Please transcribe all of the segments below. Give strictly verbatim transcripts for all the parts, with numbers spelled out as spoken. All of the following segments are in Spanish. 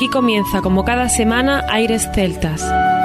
Aquí comienza, como cada semana, Aires Celtas.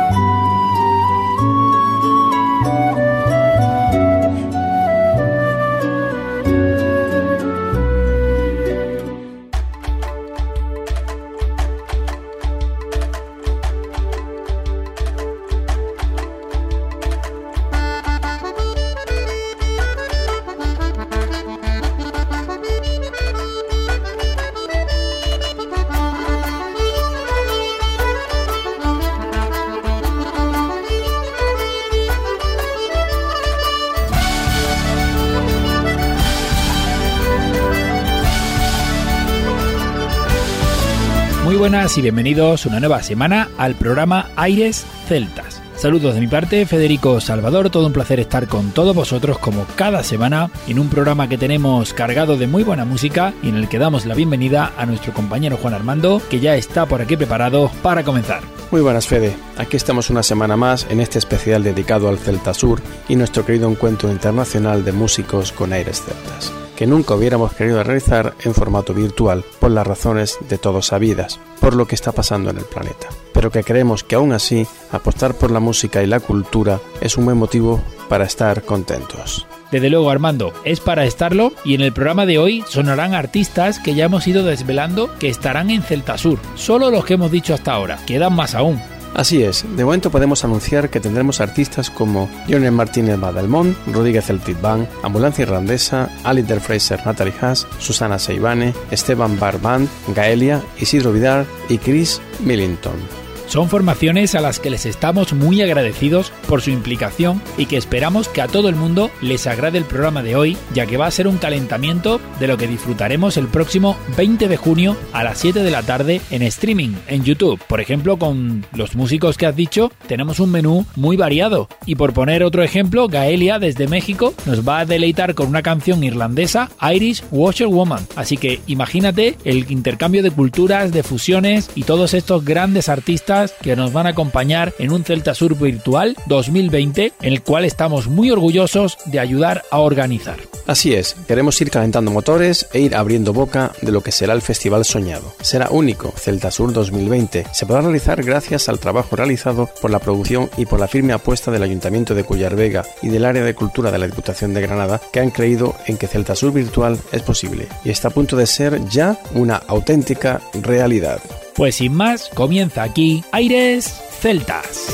Muy buenas y bienvenidos una nueva semana al programa Aires Celtas. Saludos de mi parte, Federico Salvador, todo un placer estar con todos vosotros como cada semana en un programa que tenemos cargado de muy buena música y en el que damos la bienvenida a nuestro compañero Juan Armando, que ya está por aquí preparado para comenzar. Muy buenas, Fede, aquí estamos una semana más en este especial dedicado al Celta Sur y nuestro querido encuentro internacional de músicos con Aires Celtas, que nunca hubiéramos querido realizar en formato virtual por las razones de todos sabidas, por lo que está pasando en el planeta, pero que creemos que aún así apostar por la música y la cultura es un buen motivo para estar contentos. Desde luego, Armando, es para estarlo, y en el programa de hoy sonarán artistas que ya hemos ido desvelando que estarán en Celta Sur, solo los que hemos dicho hasta ahora, quedan más aún. Así es, de momento podemos anunciar que tendremos artistas como Lionel Martínez Badelmont, Rodríguez Celtic Band, Ambulancia Irlandesa, Alistair Fraser, Natalie Haas, Susana Seivane, Esteban Bar Band, Gaelia, Isidro Vidal y Chris Millington. Son formaciones a las que les estamos muy agradecidos por su implicación y que esperamos que a todo el mundo les agrade el programa de hoy, ya que va a ser un calentamiento de lo que disfrutaremos el próximo veinte de junio a las siete de la tarde en streaming, en YouTube. Por ejemplo, con los músicos que has dicho, tenemos un menú muy variado. Y por poner otro ejemplo, Gaelia desde México nos va a deleitar con una canción irlandesa, Irish Washerwoman. Así que imagínate el intercambio de culturas, de fusiones y todos estos grandes artistas que nos van a acompañar en un Celta Sur Virtual dos mil veinte, en el cual estamos muy orgullosos de ayudar a organizar. Así es, queremos ir calentando motores e ir abriendo boca de lo que será el festival soñado. Será único, Celta Sur dos mil veinte. Se podrá realizar gracias al trabajo realizado por la producción y por la firme apuesta del Ayuntamiento de Cullar Vega y del Área de Cultura de la Diputación de Granada, que han creído en que Celta Sur Virtual es posible y está a punto de ser ya una auténtica realidad. Pues sin más, comienza aquí Aires Celtas.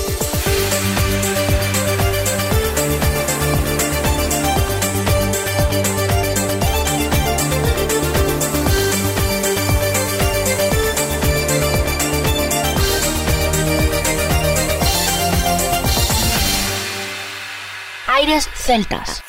Aires Celtas.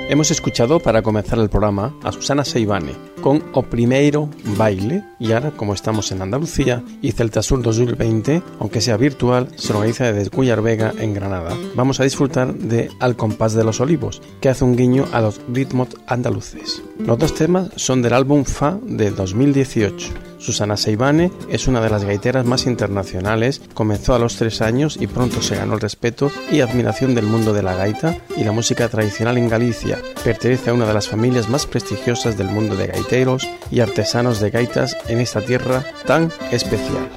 Hemos escuchado para comenzar el programa a Susana Seivane con O Primeiro Baile, y ahora, como estamos en Andalucía y Celtasur dos mil veinte, aunque sea virtual, se organiza desde Cuyar Vega en Granada, vamos a disfrutar de Al compás de los olivos, que hace un guiño a los ritmos andaluces. Los dos temas son del álbum Fa de dos mil dieciocho. Susana Seivane es una de las gaiteras más internacionales, comenzó a los tres años y pronto se ganó el respeto y admiración del mundo de la gaita y la música tradicional en Galicia. Pertenece a una de las familias más prestigiosas del mundo de gaiteros y artesanos de gaitas en esta tierra tan especial.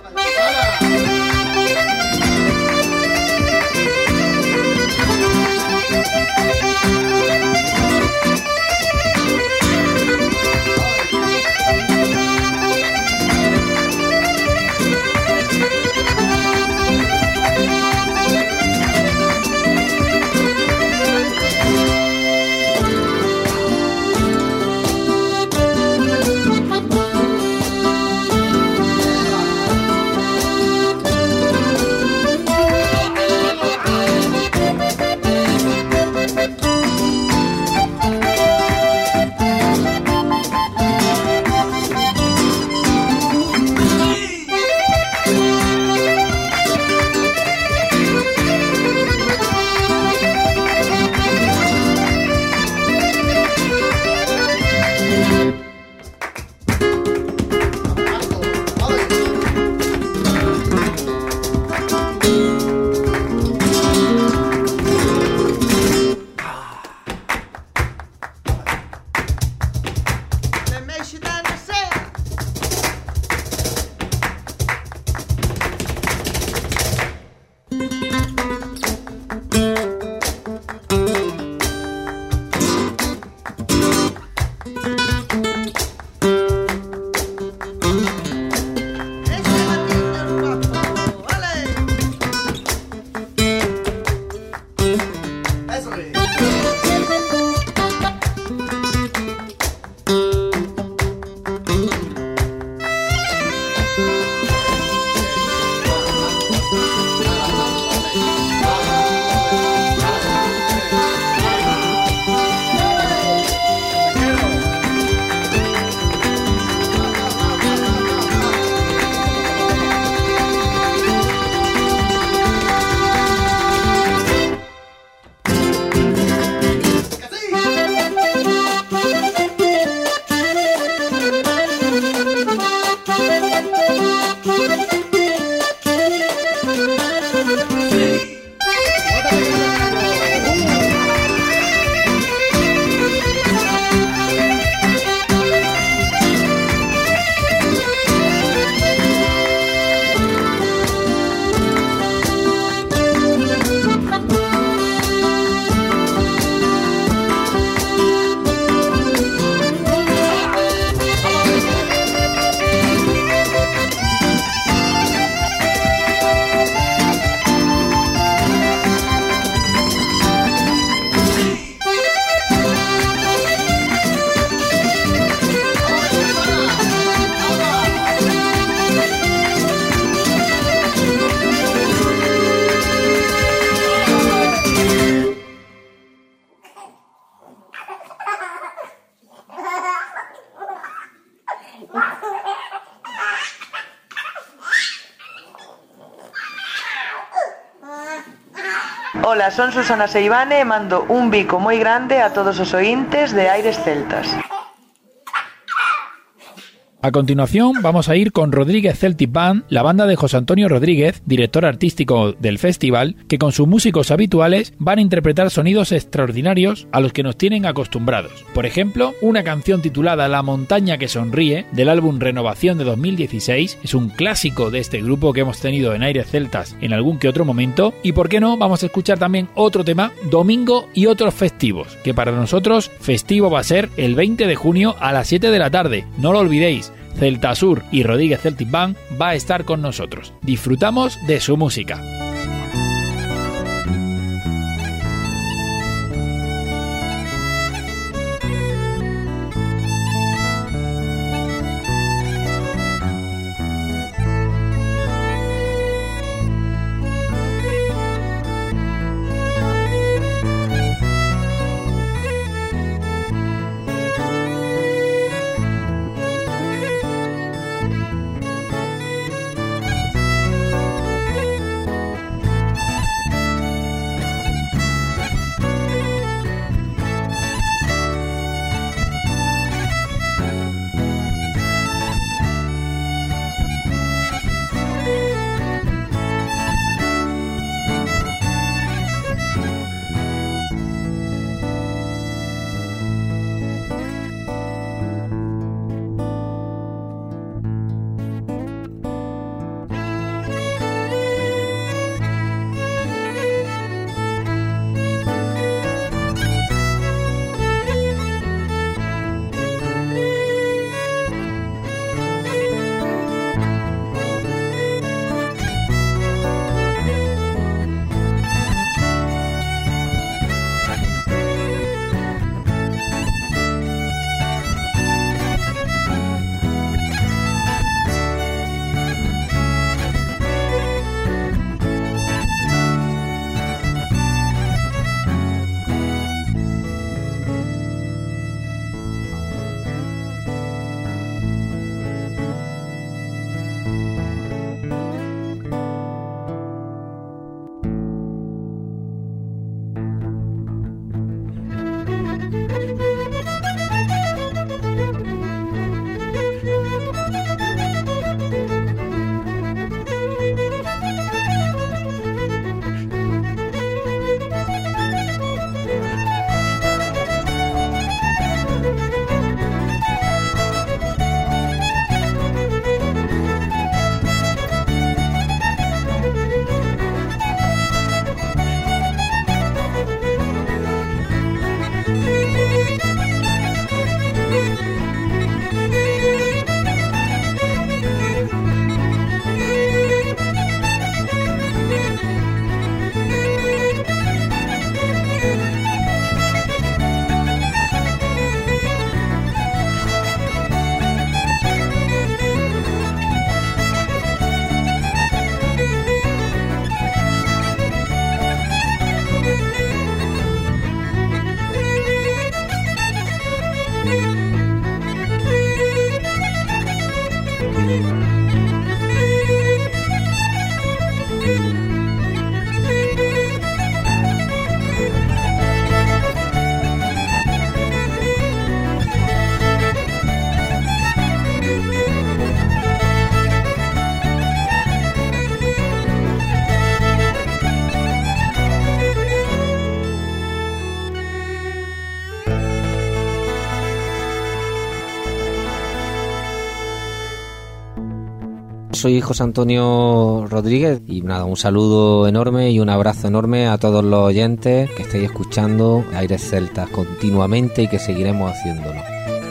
Hola, son Susana Seivane e mando un bico moi grande a todos os ointes de Aires Celtas. A continuación vamos a ir con Rodríguez Celtic Band, la banda de José Antonio Rodríguez, director artístico del festival, que con sus músicos habituales van a interpretar sonidos extraordinarios a los que nos tienen acostumbrados. Por ejemplo, una canción titulada La montaña que sonríe, del álbum Renovación de dos mil dieciséis, es un clásico de este grupo que hemos tenido en Aires Celtas en algún que otro momento, y por qué no, vamos a escuchar también otro tema, Domingo y otros festivos, que para nosotros festivo va a ser el veinte de junio a las siete de la tarde, no lo olvidéis. Celtasur y Rodríguez Celtic Band va a estar con nosotros. Disfrutamos de su música. soy José Antonio Rodríguez y nada, un saludo enorme y un abrazo enorme a todos los oyentes que estéis escuchando Aires Celtas continuamente y que seguiremos haciéndolo.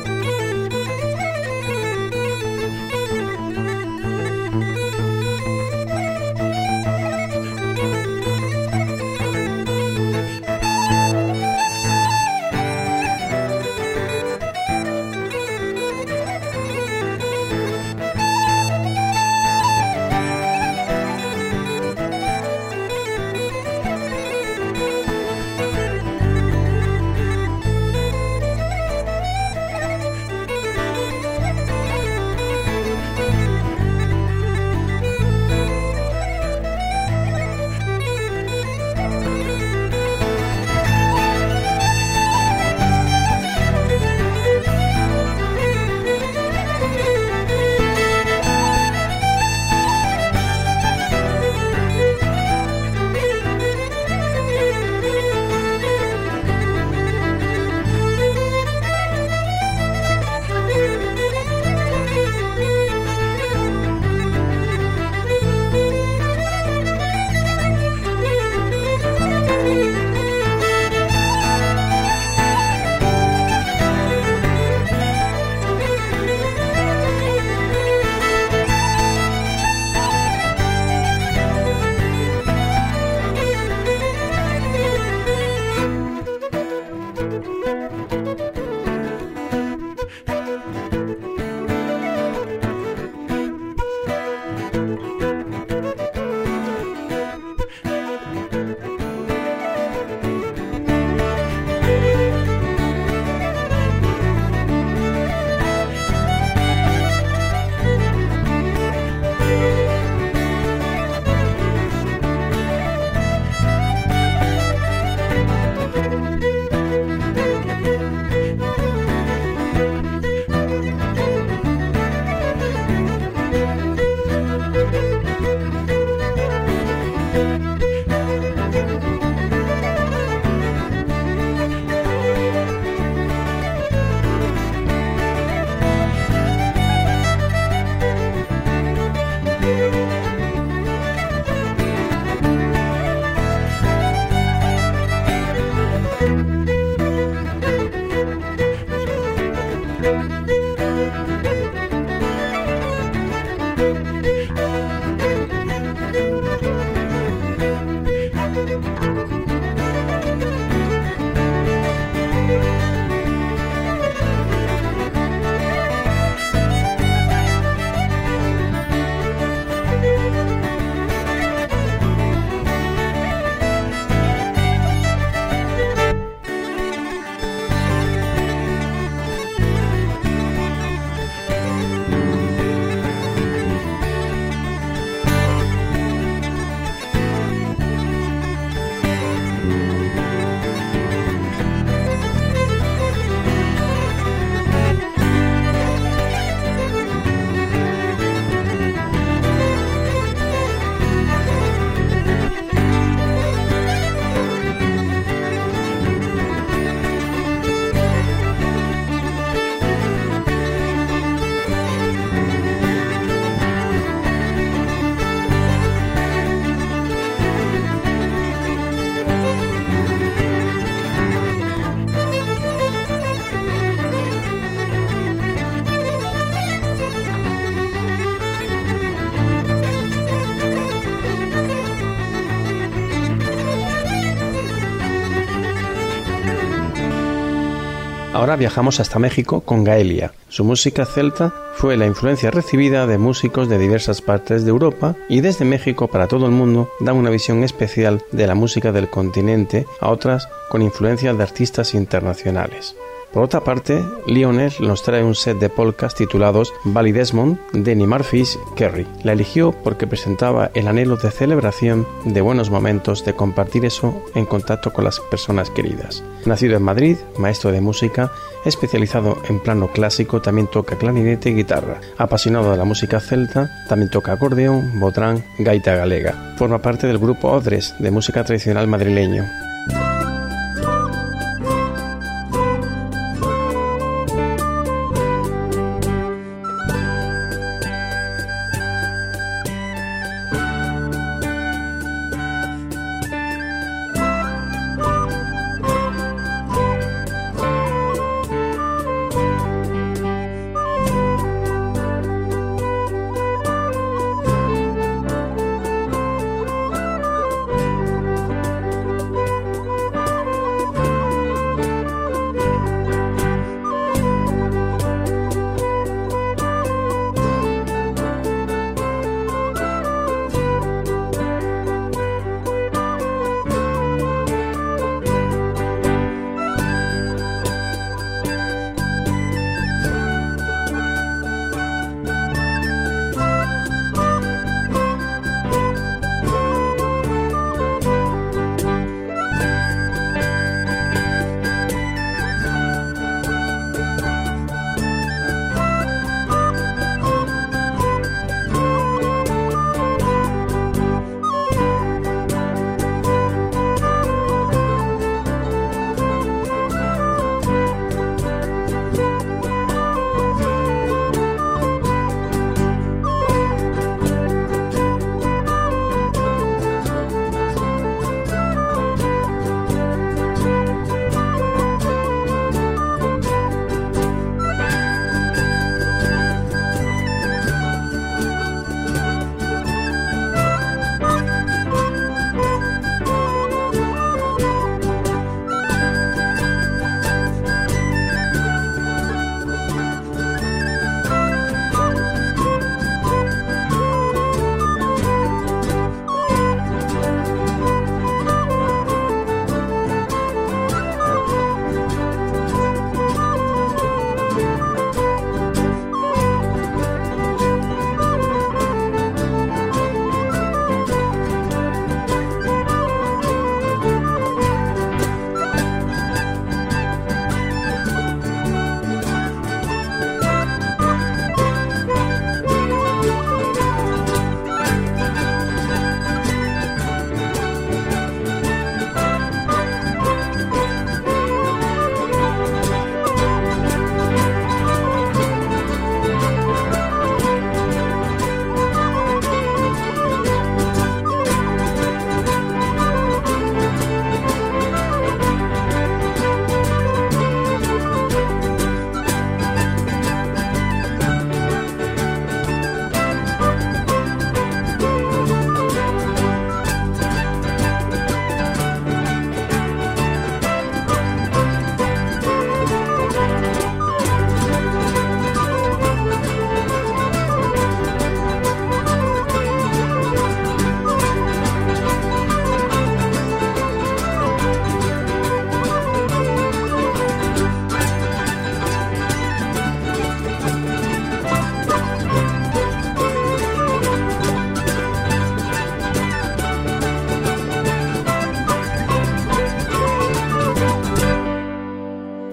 Ahora viajamos hasta México con Gaelia. Su música celta fue la influencia recibida de músicos de diversas partes de Europa y desde México para todo el mundo dan una visión especial de la música del continente a otras con influencia de artistas internacionales. Por otra parte, Lionel nos trae un set de polcas titulados Bally Desmond de Nimar Fish Kerry. La eligió porque presentaba el anhelo de celebración de buenos momentos, de compartir eso en contacto con las personas queridas. Nacido en Madrid, maestro de música, especializado en plano clásico, también toca clarinete y guitarra. Apasionado de la música celta, también toca acordeón, botrán, gaita galega. Forma parte del grupo Odres, de música tradicional madrileño.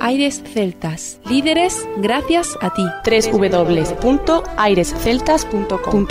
Aires Celtas, líderes gracias a ti. doble u doble u doble u punto aires celtas punto com.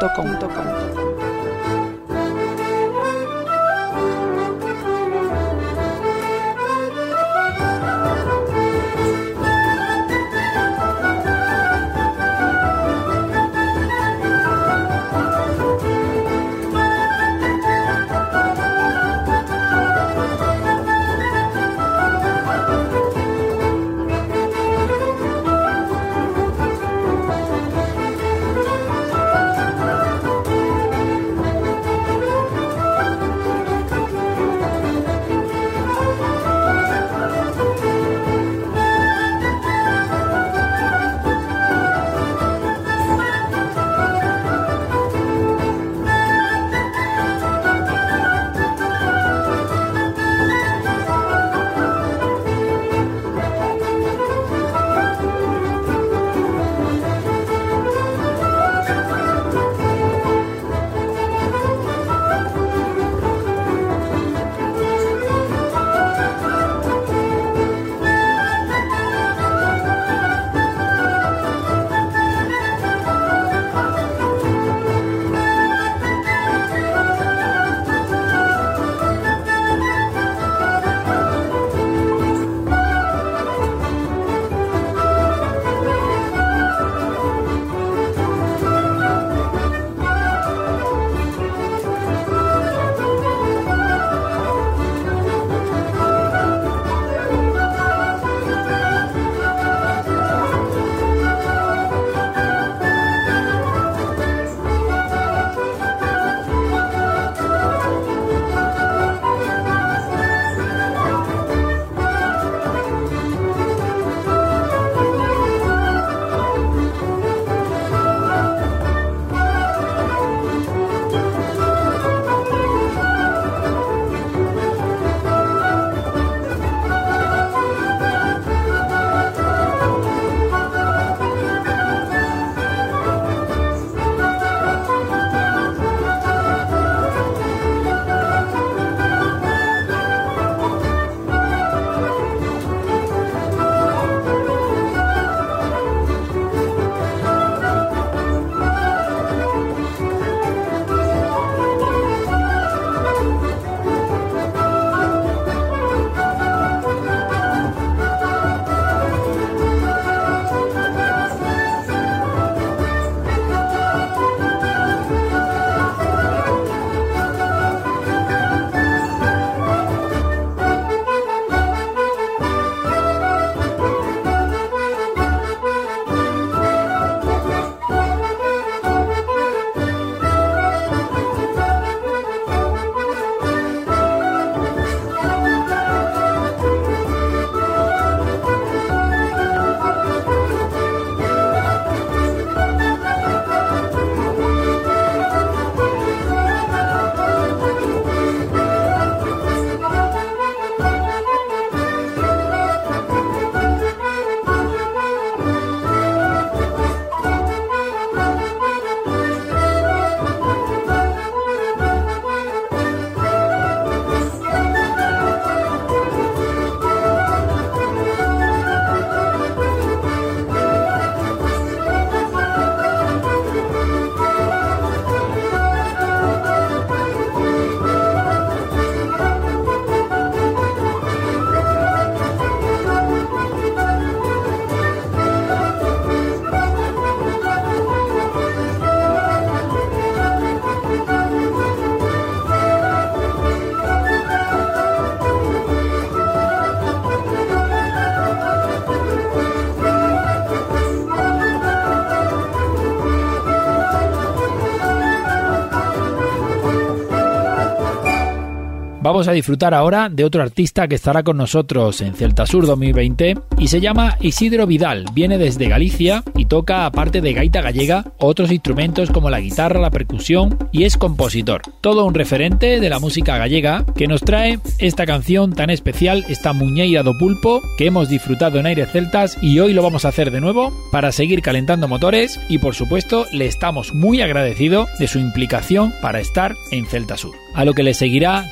Vamos a disfrutar ahora de otro artista que estará con nosotros en Celtasur dos mil veinte y se llama Isidro Vidal. Viene desde Galicia y toca, aparte de gaita gallega, otros instrumentos como la guitarra, la percusión, y es compositor. Todo un referente de la música gallega que nos trae esta canción tan especial, esta Muñeira do Pulpo, que hemos disfrutado en Aires Celtas y hoy lo vamos a hacer de nuevo para seguir calentando motores y, por supuesto, le estamos muy agradecidos de su implicación para estar en Celtasur. A lo que le seguirá Chris Miller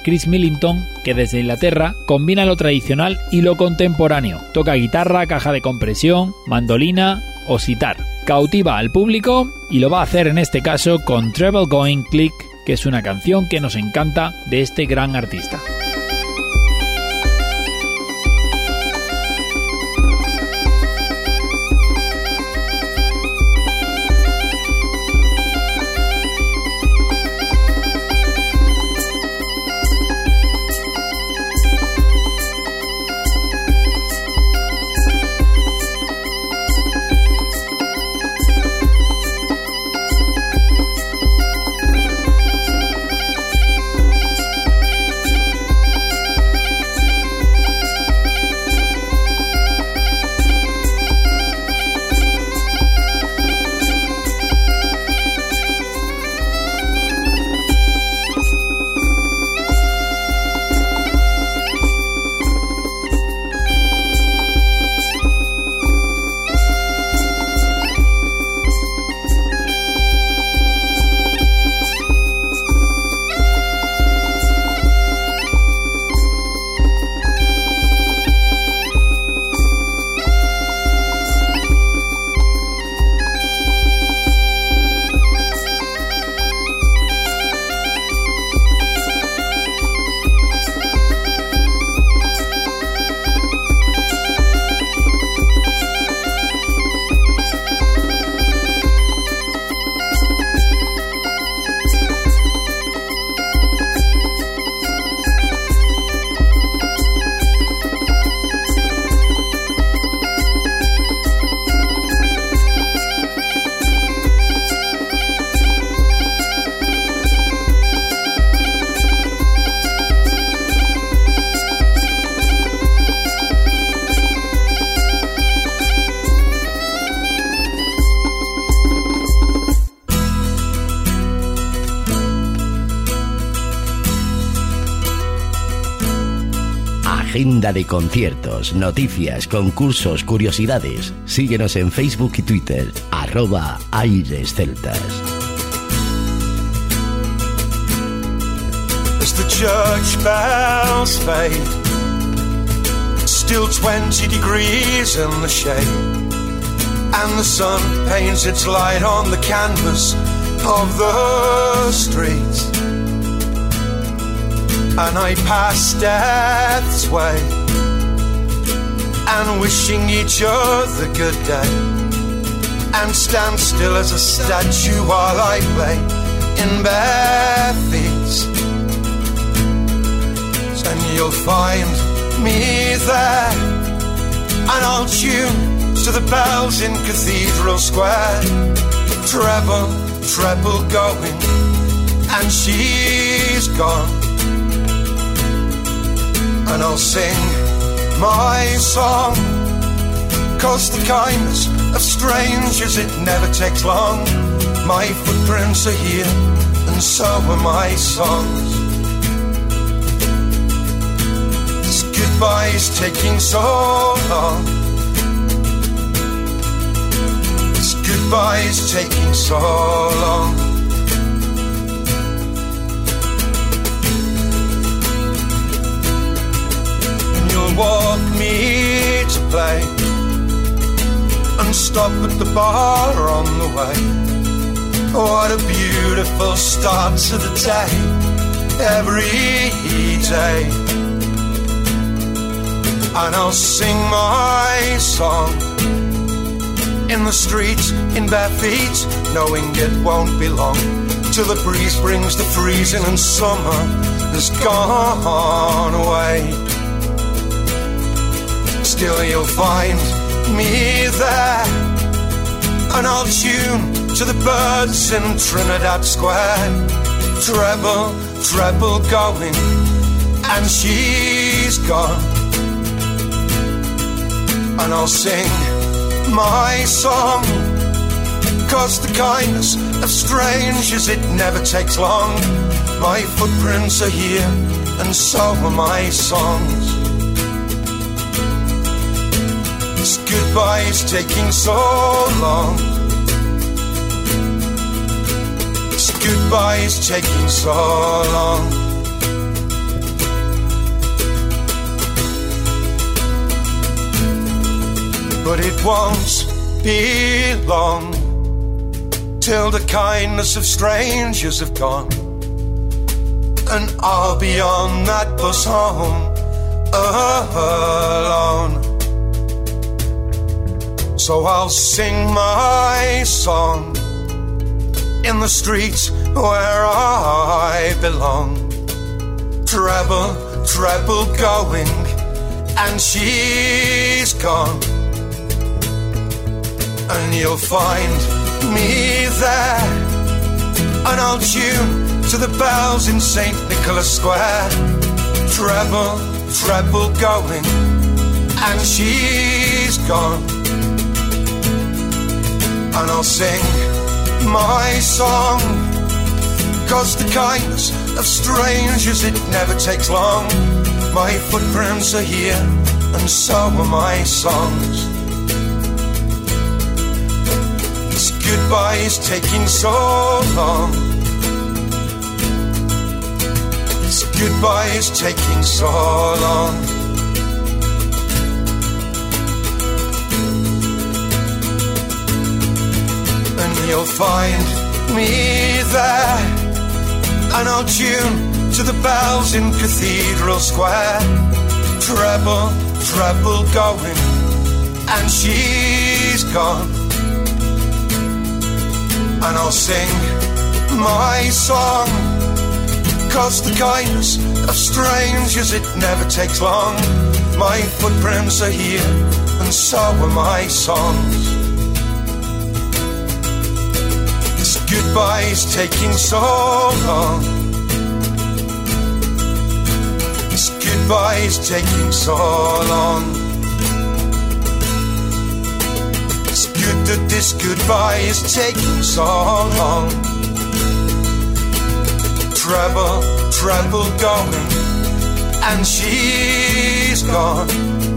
Wellington, que desde Inglaterra combina lo tradicional y lo contemporáneo. Toca guitarra, caja de compresión, mandolina o sitar. Cautiva al público y lo va a hacer en este caso con Treble Going Click, que es una canción que nos encanta de este gran artista. Agenda de conciertos, noticias, concursos, curiosidades. Síguenos en Facebook y Twitter, arroba Aires Celtas. As the church bells fade, still twenty degrees in the shade, and the sun paints its light on the canvas of the streets. And I pass death's way, and wishing each other good day, and stand still as a statue while I play in bare feet. And you'll find me there, and I'll tune to the bells in Cathedral Square. Treble, treble going, and she's gone. And I'll sing my song, 'cause the kindness of strangers, it never takes long. My footprints are here, and so are my songs. This goodbye's taking so long. This goodbye's taking so long. Walk me to play, and stop at the bar on the way. What a beautiful start to the day, every day. And I'll sing my song in the streets, in bare feet, knowing it won't be long till the breeze brings the freezing and summer has gone away. Still you'll find me there, and I'll tune to the birds in Trinidad Square. Treble, treble going, and she's gone. And I'll sing my song, 'cause the kindness of strangers, it never takes long. My footprints are here, and so are my songs. This goodbye's taking so long. This goodbye's taking so long. but it won't be long till the kindness of strangers have gone, and I'll be on that bus home alone. So I'll sing my song in the streets where I belong. Treble, treble going, and she's gone. And you'll find me there, and I'll tune to the bells in Saint Nicholas Square. Treble, treble going, and she's gone. And I'll sing my song, 'cause the kindness of strangers, it never takes long. My footprints are here, and so are my songs. This goodbye is taking so long. This goodbye is taking so long. And you'll find me there, and I'll tune to the bells in Cathedral Square. Treble, treble going, and she's gone. And I'll sing my song, 'cause the kindness of strangers, it never takes long. My footprints are here, and so are my songs. This goodbye is taking so long. This goodbye is taking so long. It's good that this goodbye is taking so long. Treble, treble going, and she's gone.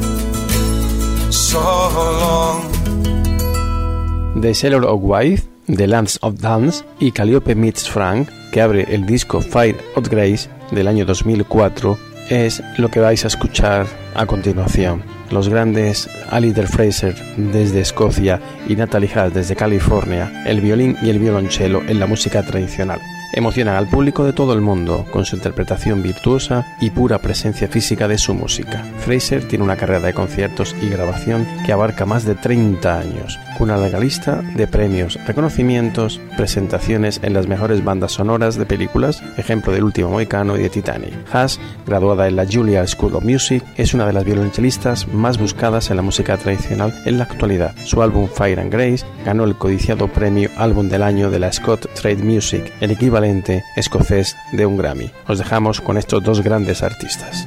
So long. The Sailor of White, The Lands of Dance y Calliope Meets Frank, que abre el disco Fire of Grace del año dos mil cuatro, es lo que vais a escuchar a continuación. Los grandes Alistair Fraser desde Escocia y Natalie Haas desde California, el violín y el violonchelo en la música tradicional. Emocionan al público de todo el mundo con su interpretación virtuosa y pura presencia física de su música. Fraser tiene una carrera de conciertos y grabación que abarca más de treinta años, con una larga lista de premios, reconocimientos, presentaciones en las mejores bandas sonoras de películas, ejemplo del Último Mohicano y de Titanic. Haas, graduada en la Juilliard School of Music, es una de las violonchelistas más buscadas en la música tradicional en la actualidad. Su álbum Fire and Grace ganó el codiciado premio Álbum del Año de la Scott Trade Music, el equivalente escocés de un Grammy. Os dejamos con estos dos grandes artistas.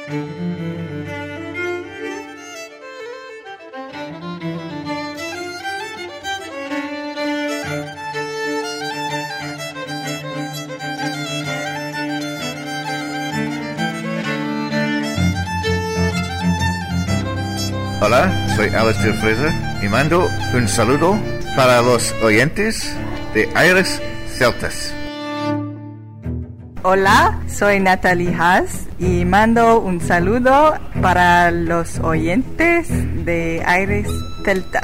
Hola, soy Alistair Fraser y mando un saludo para los oyentes de Aires Celtas. Hola, soy Natalie Haas y mando un saludo para los oyentes de Aires Celtas.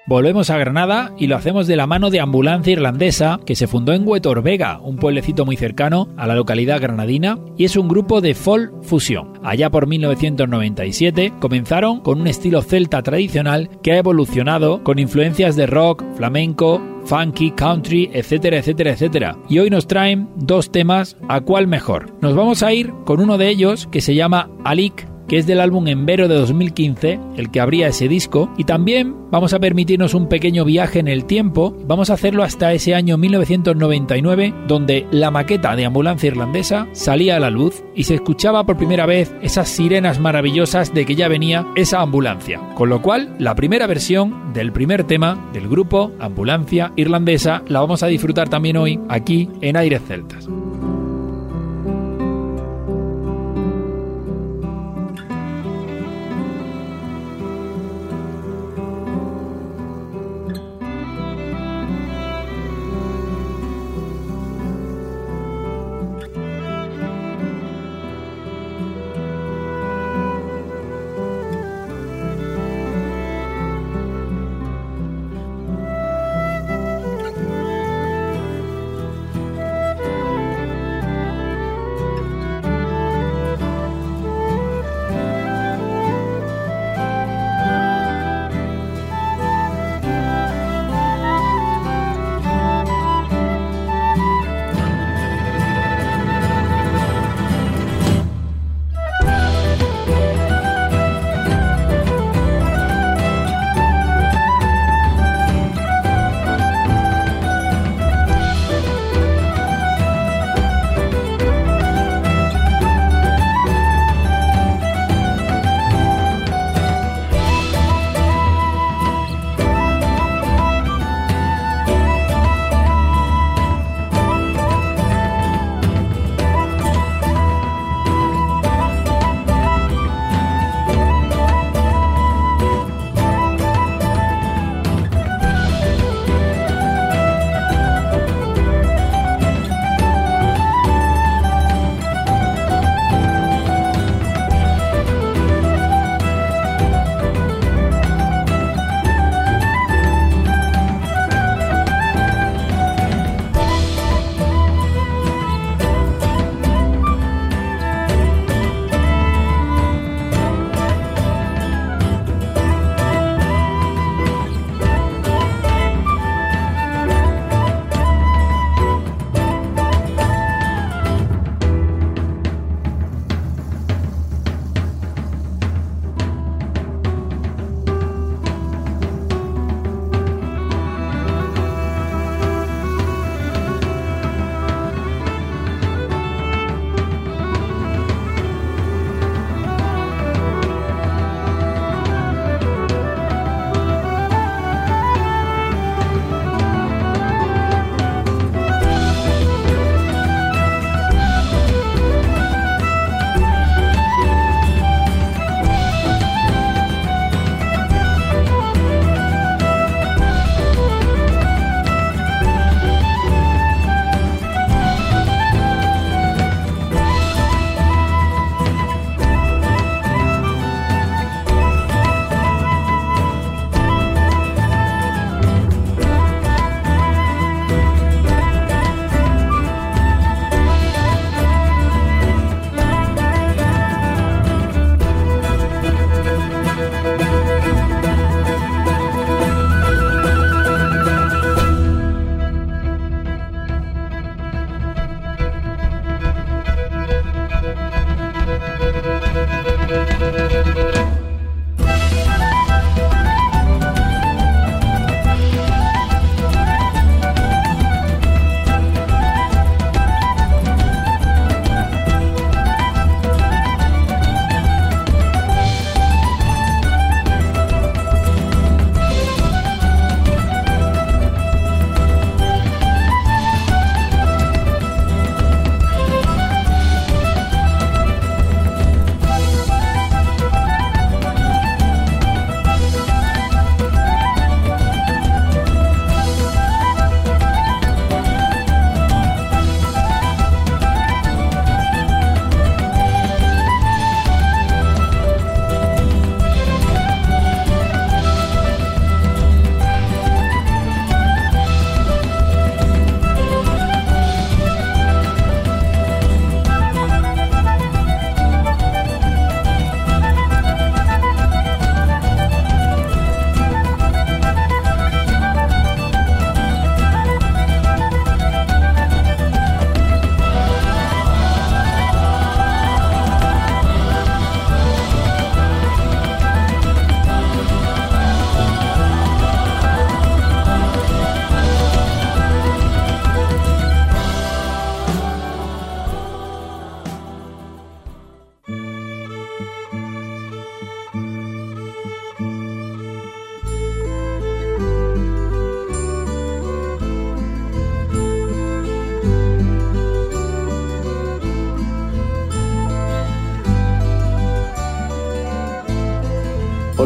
volvemos a Granada y lo hacemos de la mano de Ambulancia Irlandesa, que se fundó en Huetor-Vega, un pueblecito muy cercano a la localidad granadina, y es un grupo de folk fusión. Allá por mil novecientos noventa y siete comenzaron con un estilo celta tradicional que ha evolucionado con influencias de rock, flamenco, funky, country, etcétera, etcétera, etcétera. Y hoy nos traen dos temas, ¿a cuál mejor? Nos vamos a ir con uno de ellos que se llama Alik, que es del álbum Envero de dos mil quince, el que abría ese disco, y también vamos a permitirnos un pequeño viaje en el tiempo. Vamos a hacerlo hasta ese año mil novecientos noventa y nueve, donde la maqueta de Ambulancia Irlandesa salía a la luz y se escuchaba por primera vez esas sirenas maravillosas de que ya venía esa ambulancia. Con lo cual, la primera versión del primer tema del grupo Ambulancia Irlandesa la vamos a disfrutar también hoy aquí en Aires Celtas.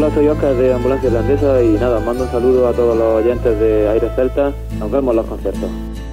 Hola, soy Oscar de Ambulancia Irlandesa y nada, mando un saludo a todos los oyentes de Aires Celtas. Nos vemos en los conciertos.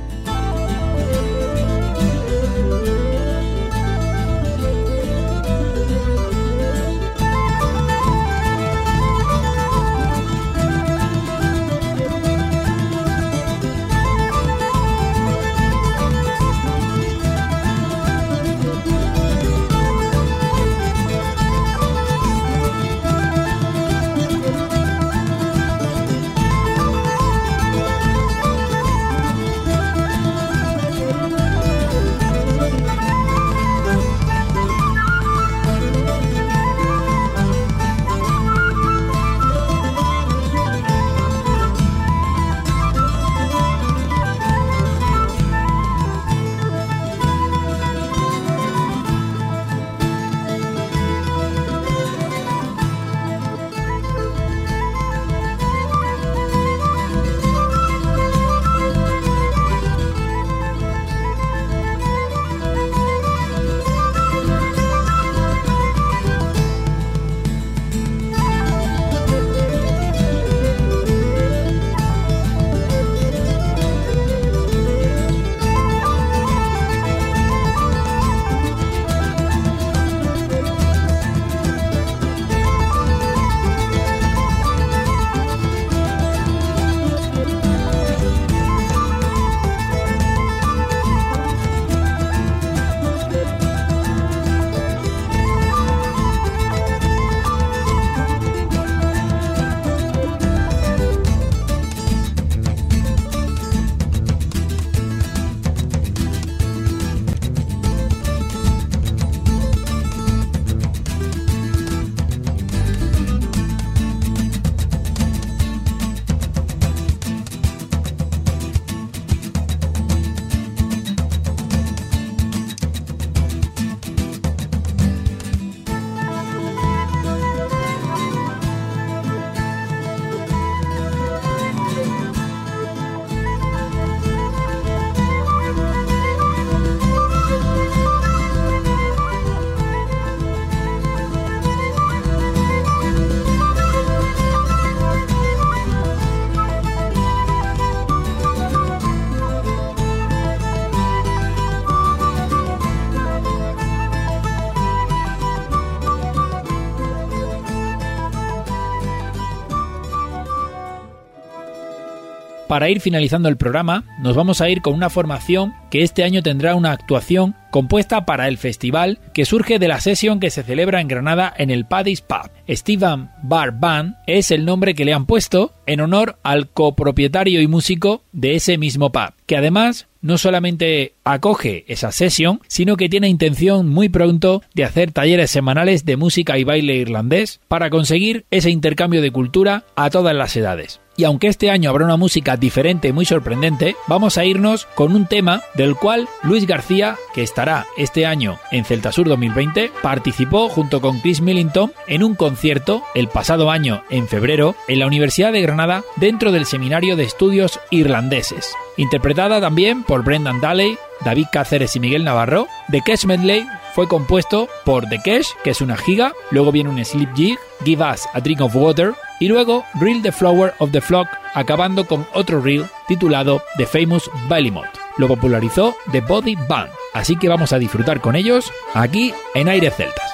Para ir finalizando el programa, nos vamos a ir con una formación que este año tendrá una actuación compuesta para el festival que surge de la sesión que se celebra en Granada en el Paddy's Pub. Steven Bar Band es el nombre que le han puesto en honor al copropietario y músico de ese mismo pub, que además no solamente acoge esa sesión, sino que tiene intención muy pronto de hacer talleres semanales de música y baile irlandés para conseguir ese intercambio de cultura a todas las edades. Y aunque este año habrá una música diferente y muy sorprendente, vamos a irnos con un tema del cual Luis García, que estará este año en Celtasur dos mil veinte, participó junto con Chris Millington en un concierto el pasado año en febrero en la Universidad de Granada dentro del Seminario de Estudios Irlandeses. Interpretada también por Brendan Daly, David Cáceres y Miguel Navarro, The Cash Medley fue compuesto por The Cash, que es una giga, luego viene un slip jig, Give Us a Drink of Water, y luego Reel the Flower of the Flock, acabando con otro reel titulado The Famous Ballymote. Lo popularizó The Body Band, así que vamos a disfrutar con ellos aquí en Aires Celtas.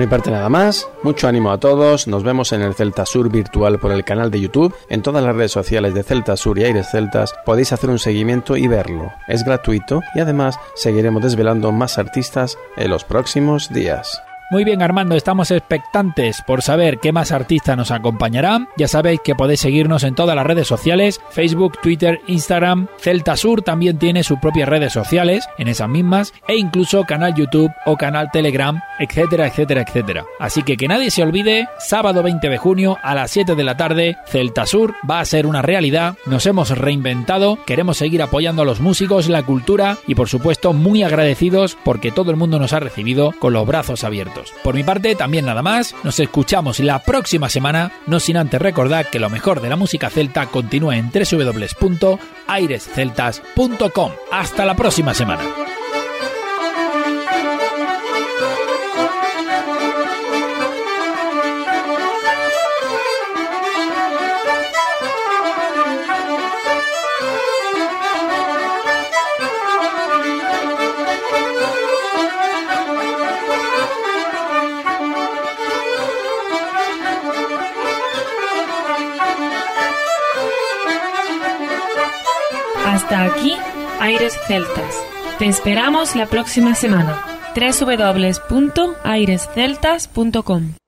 mi parte nada más, mucho ánimo a todos, nos vemos en el Celta Sur virtual por el canal de YouTube, en todas las redes sociales de Celta Sur y Aires Celtas podéis hacer un seguimiento y verlo, es gratuito y además seguiremos desvelando más artistas en los próximos días. Muy bien, Armando, estamos expectantes por saber qué más artistas nos acompañarán. Ya sabéis que podéis seguirnos en todas las redes sociales, Facebook, Twitter, Instagram. Celta Sur también tiene sus propias redes sociales, en esas mismas, e incluso canal YouTube o canal Telegram, etcétera, etcétera, etcétera. Así que que nadie se olvide, sábado veinte de junio a las siete de la tarde, Celta Sur va a ser una realidad. Nos hemos reinventado, queremos seguir apoyando a los músicos, la cultura y por supuesto muy agradecidos porque todo el mundo nos ha recibido con los brazos abiertos. Por mi parte, también nada más, nos escuchamos la próxima semana, no sin antes recordar que lo mejor de la música celta continúa en doble u doble u doble u punto aires celtas punto com. Hasta la próxima semana. Hasta aquí, Aires Celtas. Te esperamos la próxima semana. doble u doble u doble u punto aires celtas punto com